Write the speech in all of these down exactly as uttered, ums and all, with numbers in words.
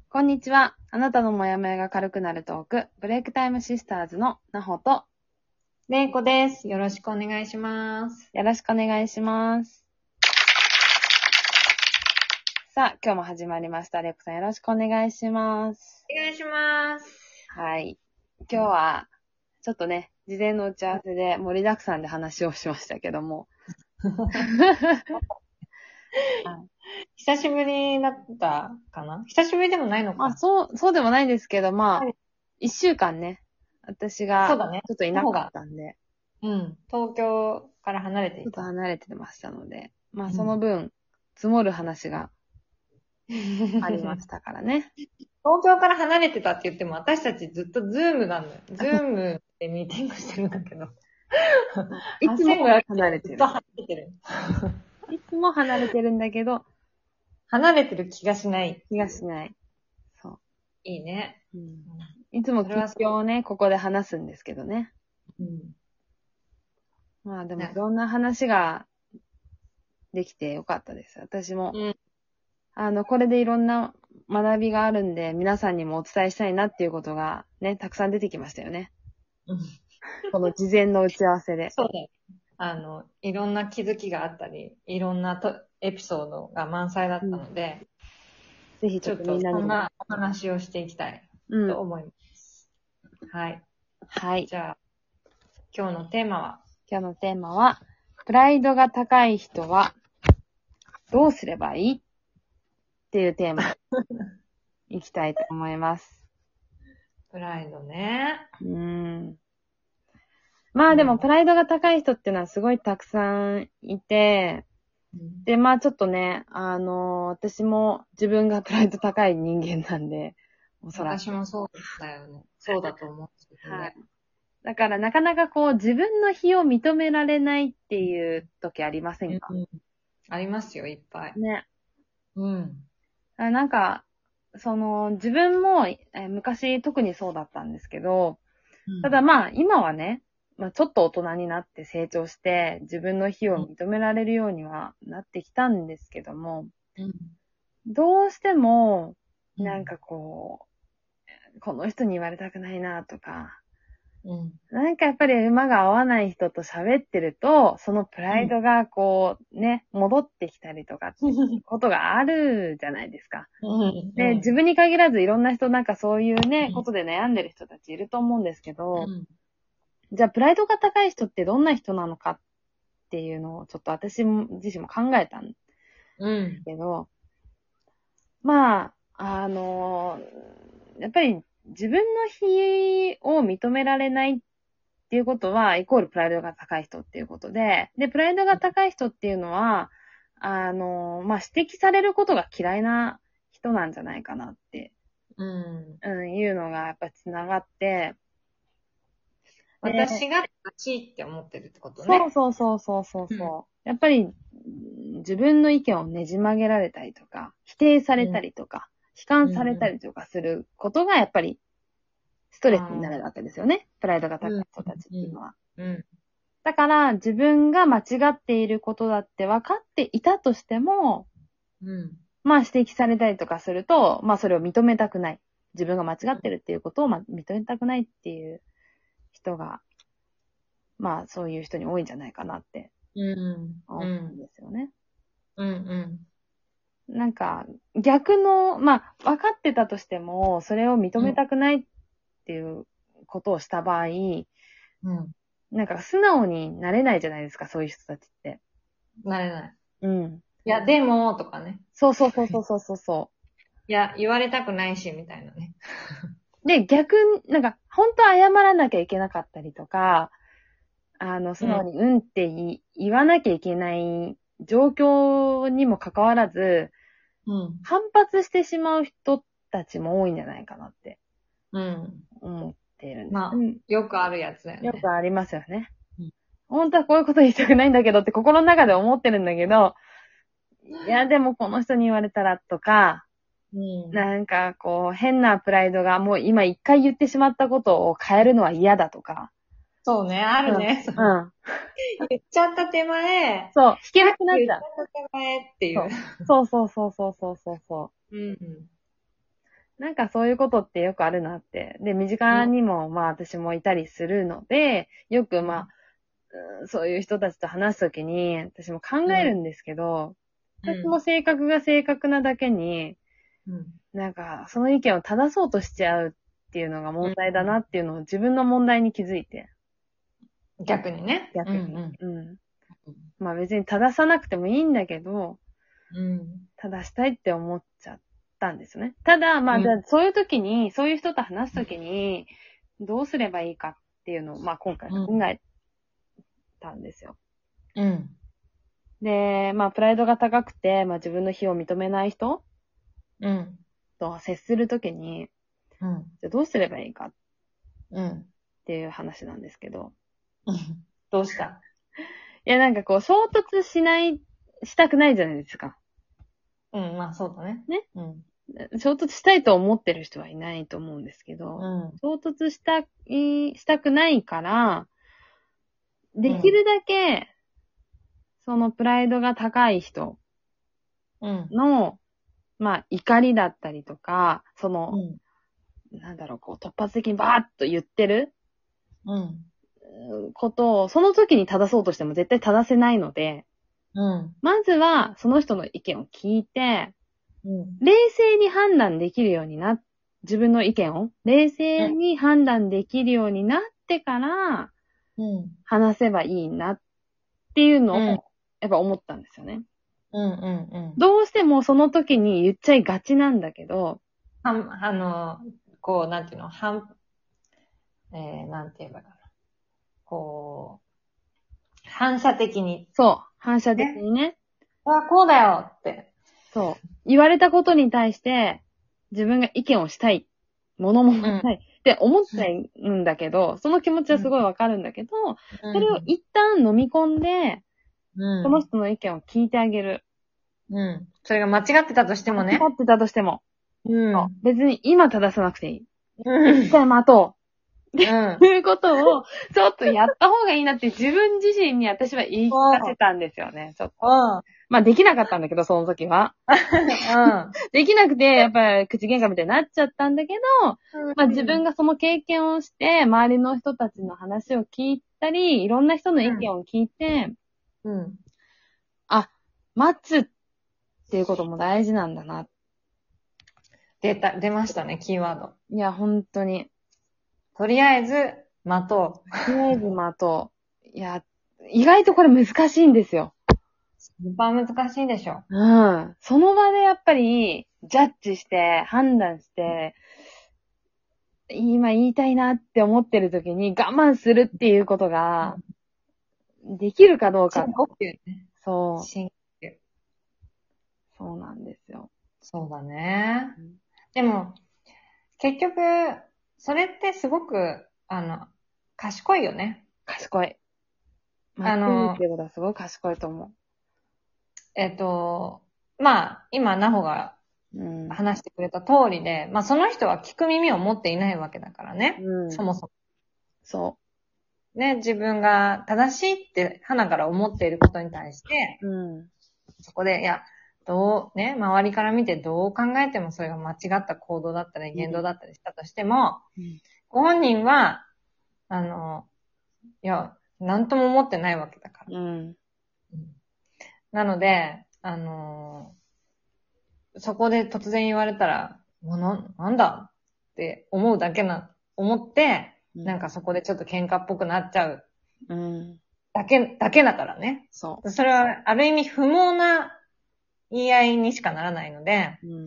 こんにちは。あなたのモヤモヤが軽くなるトーク、ブレイクタイムシスターズのなほと、 れいこです。よろしくお願いします。 よろしくお願いします。さあ、今日も始まりました。れいこさんよろしくお願いします。 お願いします。 はい。今日は、ちょっとね、事前の打ち合わせで盛りだくさんで話をしましたけども。 久しぶりだったかな？久しぶりでもないのか。 まあ、そう、そうでもないですけど、まあ、 はい一週間ね、私が、 そうだね。 ちょっといなかったんで、 うん。東京から離れてちょっといた。 離れてましたので、まあ、 うんその分、積もる話がありましたからね。 東京から離れてたって言っても、私たちずっとズームなんだよ。ズームでミーティングしてるんだけど。 いつも離れてる。 ずっと離れてる。 いつも離れてるんだけど、 離れてる気がしない。 気がしない。そいいね。 う。うん、いつも近況をね、ここで話すんですけどね。 うん、 まあでも、いろんな話ができてよかったです。私も。 うん、 あの、これでいろんな学びがあるんで、皆さんにもお伝えしたいなっていうことがね、たくさん出てきましたよね。 うん、 この事前の打ち合わせで。 そうだよ。あの、いろんな気づきがあったり、いろんなとエピソードが満載だったので、 うん、ぜひちょっとみんなにも。 そんなお話をしていきたいと思います。うん、はい。 はい。 じゃあ、今日のテーマは今日のテーマは、プライドが高い人はどうすればいいっていうテーマに行きたいと思います。 プライドね。 うーん。まあでも、プライドが高い人っていうのはすごいたくさんいて、うん、で、まあちょっとね、あのー、私も自分がプライド高い人間なんで、 おそらく。私もそうだよね。そうだと思う、ね。はい。 だからなかなかこう自分の非を認められないっていう時ありませんか？うん、 ありますよ、いっぱい。 ね。 うん。 なんか、その、自分も、えー、昔特にそうだったんですけど、うん、ただまあ、今はね、まあ、ちょっと大人になって成長して、自分の非を認められるようにはなってきたんですけども、うん、どうしても、なんかこう、うん、この人に言われたくないなとか、うん、なんかやっぱり馬が合わない人と喋ってると、そのプライドがこうね、戻ってきたりとかっていうことがあるじゃないですか。うん、で、自分に限らずいろんな人なんかそういうね、うん、ことで悩んでる人たちいると思うんですけど、うん、じゃあプライドが高い人ってどんな人なのかっていうのをちょっと私自身も考えたんですけど、うん、まあ、あの、やっぱり自分の非を認められないっていうことは、イコールプライドが高い人っていうことで、で、プライドが高い人っていうのは、あの、まあ、指摘されることが嫌いな人なんじゃないかなって、うん、うん、いうのがやっぱりつながって、 私が正しいって思ってるってことね。 そうそうそうそうそう、うん。やっぱり、自分の意見をねじ曲げられたりとか、否定されたりとか、うん、悲観されたりとかすることがやっぱり、ストレスになるわけですよね。プライドが高い人たちっていうのは。うんうん、だから、自分が間違っていることだって分かっていたとしても、うん、まあ指摘されたりとかすると、まあそれを認めたくない。自分が間違ってるっていうことを、まあ、認めたくないっていう人が、まあそういう人に多いんじゃないかなって思うんですよね。 うんうん。 なんか、逆の、まあ分かってたとしても、それを認めたくないっていうことをした場合、うん、なんか素直になれないじゃないですか、そういう人たちって。 なれない。 うん。 いや、でも、とかね。 そうそうそうそうそうそう。 いや、言われたくないし、みたいなね。 で、逆に、なんか、本当は謝らなきゃいけなかったりとか、あの、素直に、うんって言、言わなきゃいけない状況にもかかわらず、うん、反発してしまう人たちも多いんじゃないかなって、うん、思ってるんです。 まあ、うん、よくあるやつだよね。 よくありますよね。うん、本当はこういうこと言いたくないんだけどって心の中で思ってるんだけど、いや、でもこの人に言われたらとか、うん、なんかこう変なプライドがもう今一回言ってしまったことを変えるのは嫌だとか。 そうね、あるね。 うん。うん、 言っちゃった手前。 そう、引けなくなっちゃう。 言っちゃった手前っていう。 そうそうそうそうそうそうそう。うん、うん。 なんかそういうことってよくあるなって。で、身近にもまあ私もいたりするので、よくまあ、うん、そういう人たちと話すときに、私も考えるんですけど、 うん、 私も性格が正確なだけに、 うん、 なんかその意見を正そうとしちゃうっていうのが問題だなうっていうのを自分の問題に気づいて、 ん。逆にね。 逆に。 うんうん。まあ別に正さなくてもいいんだけど、 うん。うん。 正したいって思っちゃったんですね。ただ、まあ、 うんじゃあそういう時に、そういう人と話す時に、どうすればいいかっていうのを、まあ今回考えたんですよ。 うん。 で、まあプライドが高くて、まあ自分の非を認めない人うん。 と接する時に、 うん。 じゃあどうすればいいかっうん。 ていう話なんですけど。 どうした？ いやなんかこう衝突しない、したくないじゃないですか。 うん、まあそうだね。 ね。 うん。 衝突したいと思ってる人はいないと思うんですけど、 うん。 衝突したい、したくないから、でうんきるだけ、そのプライドが高い人うん。 の、まあ怒りだったりとか、そうの、 ん。 なんだろう、こう突発的にバーッと言ってるうん。 ことを、その時に正そうとしても絶対正せないので、 うん。 まずはその人の意見を聞いて、 うん。 冷静に判断できるようにな、自分の意見を冷静に判断できるようになってからうん。 話せばいいなっていうのを、 うん。 やっぱ思ったんですよね。 うん。うん。 どうしてもその時に言っちゃいがちなんだけど、 はん、あの、こう、なんていうの、反、えー、なんて言えばいいかな。こう、反射的に。 そう、反射的ね。 にね、 あ、こうだよって。 そう、言われたことに対して自分が意見をしたい、物もしたいって思っちゃうんだけど、その気持ちはすごいわかるんだけど、 うん。 それを一旦飲み込んで、 うん。 その人の意見を聞いてあげる。 うん。それが間違ってたとしてもね。 間違ってたとしても。 うん。 別に今正さなくていい。 うん。 一回待とうん。 う。ということを、ちょっとやった方がいいなって自分自身に私は言い聞かせたんですよね。ちょっと。 うん。 まあできなかったんだけど、その時は。できなくて、やっぱり口喧嘩みたいになっちゃったんだけど、まあ自分がその経験をして、周りの人たちの話を聞いたり、いろんな人の意見を聞いて、 うん。 あ、待つっていうことも大事なんだな。 出た、出ましたね、キーワード。 いや、本当に。 とりあえず、待ととりあえず待とう。いや、意外とこれ難しいんですよ。 う。一番難しいでしょ。 うん。その場でやっぱり、ジャッジして、判断して、今言いたいなって思ってる時に我慢するっていうことが、できるかどうか。 深呼吸ね。 そう。 深呼吸。 そうなんですよ。 そうだねうん。 でも、結局、それってすごく、あの、賢いよね。 賢い。 あの待ってるっていうことはすごい賢いと思えっと、まあ、今、ナホがう。うん。 話してくれた通りで、まあ、その人は聞く耳を持っていないわけだからね。 うん。 そもそも。 そね、自分が正しいって鼻から思っていることに対して、 う。うん。 そこで、いや、どう、ね、周りから見てどう考えてもそれが間違った行動だったり、言動だったりしたとしても、 うん。 ご本人は、あの、いや、なんとも思ってないわけだから。 うん。 うんなので、あのそこで突然言われたら、もうな、なんだって思うだけな、思って、なんかそこでちょっと喧嘩っぽくなっちゃううん。 だけ、だけだからね。 そそれはある意味不毛な言い合いにしかならないので、 う。うん。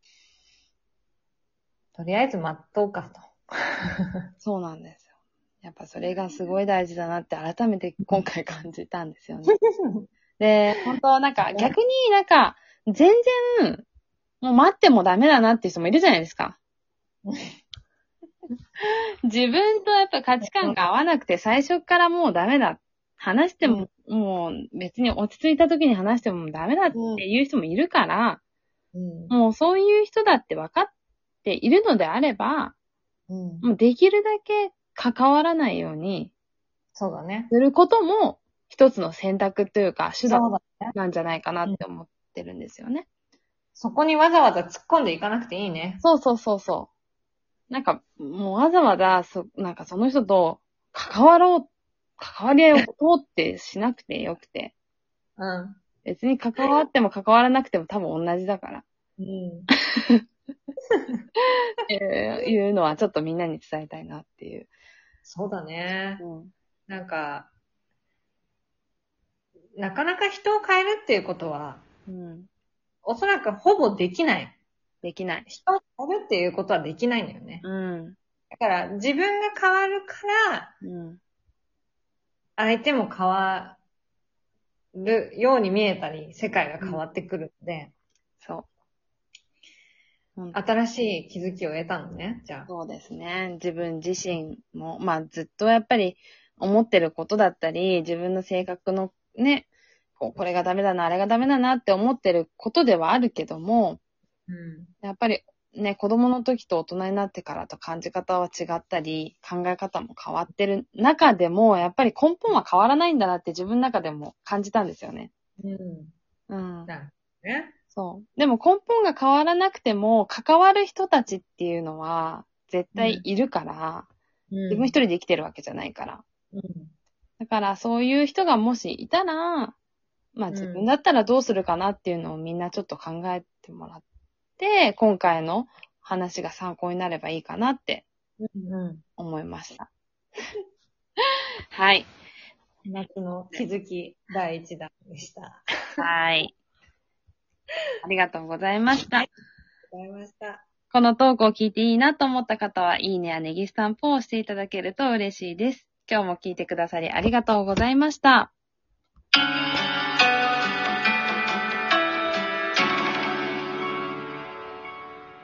とりあえず待っとうかと。 そうなんですよ。やっぱそれがすごい大事だなって改めて今回感じたんですよね。で、本当なんか逆になんか全然もう待ってもダメだなっていう人もいるじゃないですか。自分とやっぱ価値観が合わなくて最初からもうダメだ。話しても、もう別に落ち着いた時に話してもダメだっていう人もいるから、 うんもうそういう人だって分かっているのであれば、 うんもうできるだけ関わらないようにそうだね。 することも一つの選択というか手段そうだね。 なんじゃないかなって思ってるんですよね。 そこにわざわざ突っ込んでいかなくていいね。 そうそうそうそう。なんか、もうわざわざ、そ、なんかその人と関わろう、関わり合いを通ってしなくてよくて。 うん。 別に関わっても関わらなくても多分同じだから。 うん。 えーいうのはちょっとみんなに伝えたいなっていう。 そうだね。 うん。 なんか、なかなか人を変えるっていうことは、 うん。 おそらくほぼできない。 できない。 人を変えるっていうことはできないんだよね。 うん。 だから自分が変わるから、 うん。 相手も変わるように見えたり、世界が変わってくるので、 そう。 新しい気づきを得たのね、じゃあ。 そうですね。自分自身も、まあずっとやっぱり思ってることだったり、自分の性格のね、こうこれがダメだな、あれがダメだなって思ってることではあるけども、 うん。 やっぱりね、子供の時と大人になってからと感じ方は違ったり、考え方も変わってる中でも、やっぱり根本は変わらないんだなって自分の中でも感じたんですよね。 うん。 うん。 なるほどね。 そう。でも根本が変わらなくても、関わる人たちっていうのは絶対いるから、 うん。 自分一人で生きてるわけじゃないから。 うん。 だからそういう人がもしいたら、まあ自分だったらどうするかなっていうのをみんなちょっと考えてもらって、今回の話が参考になればいいかなってうんうん。 思いました。はい。 夏の気づき第一弾でした。 はい。ありがとうございました。 ありがとうございました。 このトークを聞いていいなと思った方は、いいねやネギスタンプを押していただけると嬉しいです。今日も聞いてくださりありがとうございました。